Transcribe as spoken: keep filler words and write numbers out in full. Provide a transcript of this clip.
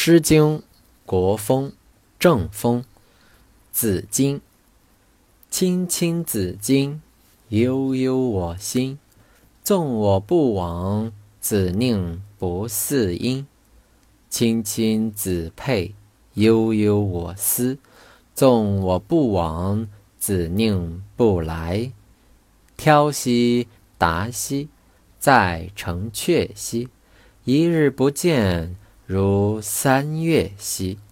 诗经·国风·正风·子衿。青青子衿，悠悠我心。纵我不往，子宁不嗣音。青青子佩，悠悠我思。纵我不往，子宁不来。挑兮达兮，在城阙兮。一日不见，如三月兮。